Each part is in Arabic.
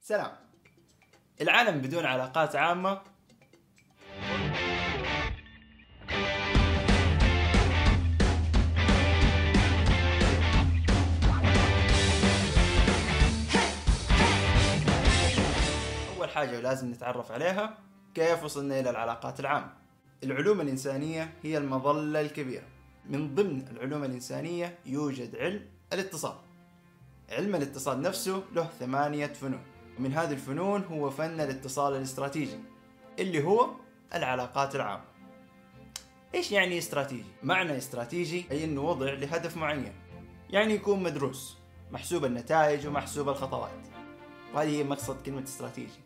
سلام. العالم بدون علاقات عامة أول حاجة لازم نتعرف عليها كيف وصلنا إلى العلاقات العامة. العلوم الإنسانية هي المظلة الكبيرة. من ضمن العلوم الإنسانية يوجد علم الاتصال. علم الاتصال نفسه له 8 فنون، ومن هذه الفنون هو فن الاتصال الاستراتيجي اللي هو العلاقات العامة. إيش يعني استراتيجي؟ معنى استراتيجي أي إنه وضع لهدف معين، يعني يكون مدروس، محسوب النتائج ومحسوب الخطوات، وهذه هي مقصد كلمة استراتيجي.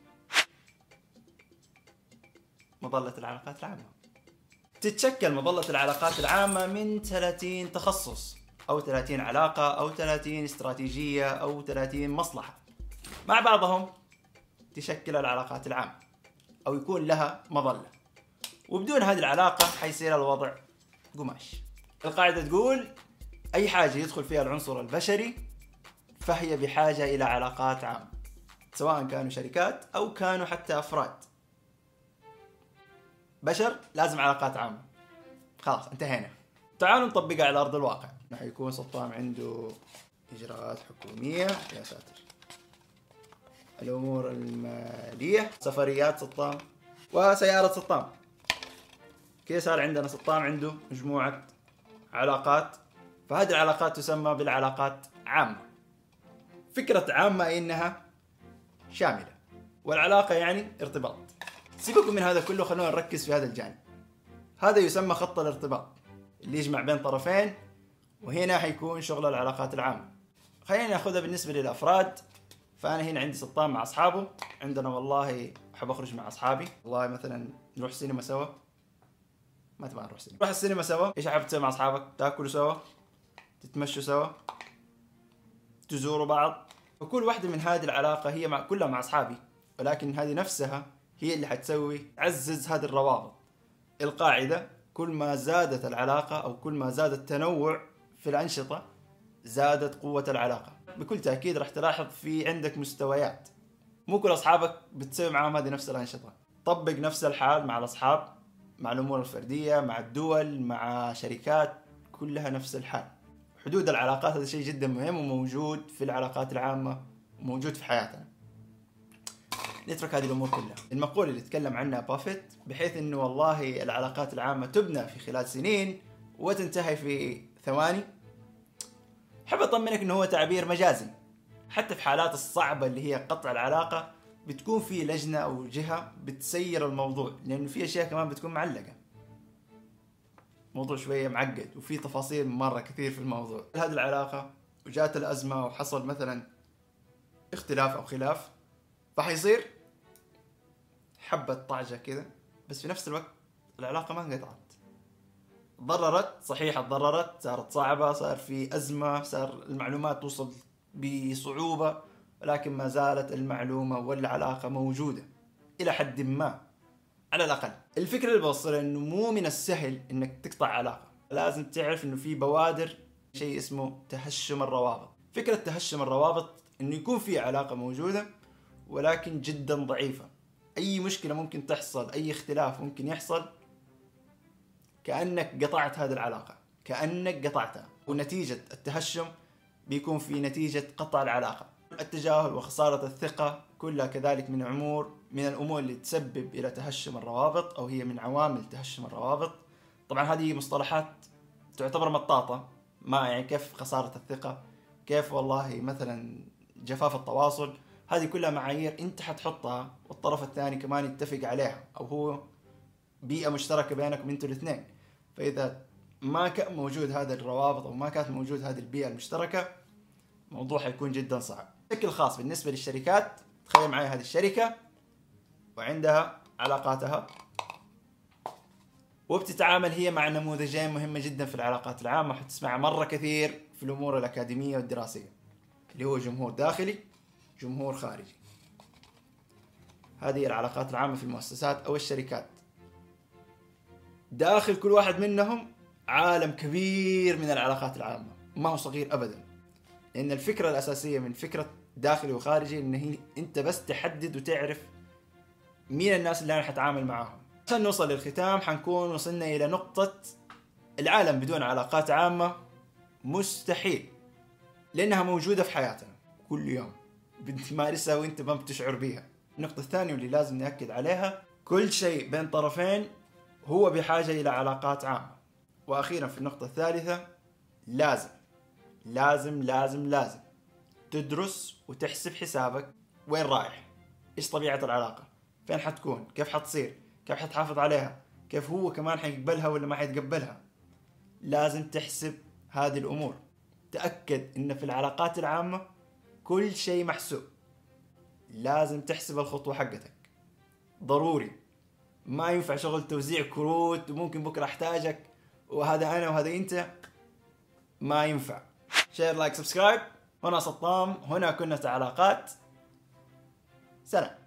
مظلة العلاقات العامة تتشكل مظلة العلاقات العامة من 30 تخصص أو 30 علاقة أو 30 استراتيجية أو 30 مصلحة مع بعضهم تشكل العلاقات العامة أو يكون لها مظلة، وبدون هذه العلاقة حيصير الوضع قماش. القاعدة تقول أي حاجة يدخل فيها العنصر البشري فهي بحاجة إلى علاقات عامة، سواء كانوا شركات أو كانوا حتى أفراد. بشر لازم علاقات عامة. خلاص انتهينا. تعالوا نطبقها على أرض الواقع. حيكون سطام عنده إجراءات حكومية، يا ساتر، الأمور المالية، سفريات سطام، وسيارة سطام. كيف صار عندنا سطام عنده مجموعة علاقات، فهذه العلاقات تسمى بالعلاقات عامة. فكرة عامة إنها شاملة، والعلاقة يعني ارتباط. سيبكم من هذا كله، خلونا نركز في هذا الجانب. هذا يسمى خط الارتباط اللي يجمع بين طرفين، وهنا حيكون شغل العلاقات العامة. خلينا ناخذها بالنسبة للأفراد. فأنا هنا عندي سطام مع أصحابه، عندنا والله أحب أخرج مع أصحابي، والله مثلا نروح سينما سوا، ما تبغى نروح سينما، نروح السينما سوا. إيش أحب تسوي مع أصحابك؟ تاكلوا سوا، تتمشوا سوا، تزوروا بعض. وكل واحدة من هذه العلاقة هي كلها مع أصحابي، ولكن هذه نفسها هي اللي حتسوي تعزز هذه الروابط. القاعدة كل ما زادت العلاقة أو كل ما زاد التنوع في الأنشطة زادت قوة العلاقة. بكل تأكيد راح تلاحظ في عندك مستويات، مو كل أصحابك بتسوي معهم هذه نفس الأنشطة. طبق نفس الحال مع الأصحاب، مع الأمور الفردية، مع الدول، مع شركات، كلها نفس الحال. حدود العلاقات هذا شيء جدا مهم وموجود في العلاقات العامة وموجود في حياتنا. نترك هذه الأمور كلها. المقولة اللي تكلم عنها بافيت بحيث أنه والله العلاقات العامة تبنى في خلال سنين وتنتهي في ثواني، حب أطمنك أنه هو تعبير مجازي. حتى في حالات الصعبة اللي هي قطع العلاقة بتكون في لجنة أو جهة بتسير الموضوع، لأنه في أشياء كمان بتكون معلقة، موضوع شوية معقد وفي تفاصيل مرة كثير في الموضوع. هذه العلاقة وجات الأزمة وحصل مثلا اختلاف أو خلاف، فحيصير حبة طعجة كذا، بس في نفس الوقت العلاقة ما انقطعت. ضررت، صحيح اتضررت، صارت صعبة، صار في أزمة، صار المعلومات توصل بصعوبة، ولكن ما زالت المعلومة والعلاقة موجودة إلى حد ما على الأقل. الفكرة اللي بوصلها إنه مو من السهل إنك تقطع علاقة، لازم تعرف إنه في بوادر، شيء اسمه تهشم الروابط. فكرة تهشم الروابط إنه يكون في علاقة موجودة ولكن جدا ضعيفة. أي مشكلة ممكن تحصل، أي اختلاف ممكن يحصل، كأنك قطعت هذه العلاقة، كأنك قطعتها. ونتيجة التهشم بيكون في نتيجة قطع العلاقة. التجاهل وخسارة الثقة كلها كذلك من الأمور اللي تسبب إلى تهشم الروابط، أو هي من عوامل تهشم الروابط. طبعا هذه مصطلحات تعتبر مطاطة، ما يعني كيف خسارة الثقة، كيف والله مثلا جفاف التواصل. هذه كلها معايير انت حتحطها والطرف الثاني كمان يتفق عليها، او هو بيئة مشتركة بينكم انتوا الاثنين. فاذا ما كان موجود هذا الروابط او ما كانت موجود هذه البيئة المشتركة، الموضوع حيكون جدا صعب. بشكل خاص بالنسبة للشركات، تخيل معي هذه الشركة وعندها علاقاتها، وبتتعامل هي مع نموذجين مهمة جدا في العلاقات العامة، حتسمعها مرة كثير في الأمور الأكاديمية والدراسية، اللي هو جمهور داخلي، جمهور خارجي. هذه العلاقات العامة في المؤسسات أو الشركات. داخل كل واحد منهم عالم كبير من العلاقات العامة، ما هو صغير أبدا، لأن الفكرة الأساسية من فكرة داخلي وخارجي، ان هي انت بس تحدد وتعرف مين الناس اللي انا حتعامل معاهم. عشان نوصل للختام حنكون وصلنا الى نقطة العالم بدون علاقات عامة مستحيل، لانها موجودة في حياتنا كل يوم بتمارسها وانت ما بتشعر بيها. النقطة الثانية واللي لازم نأكد عليها، كل شيء بين طرفين هو بحاجة إلى علاقات عامة. وأخيرا في النقطة الثالثة، لازم لازم لازم لازم تدرس وتحسب حسابك وين رايح، إيش طبيعة العلاقة، فين حتكون، كيف حتصير، كيف حتحافظ عليها، كيف هو كمان حيقبلها ولا ما حيتقبلها. لازم تحسب هذه الأمور. تأكد إن في العلاقات العامة كل شيء محسوب. لازم تحسب الخطوة حقتك ضروري. ما ينفع شغل توزيع كروت وممكن بكرة احتاجك وهذا انا وهذا انت، ما ينفع. شير لايك سبسكرايب. هنا سطام، هنا كنا علاقات. سلام.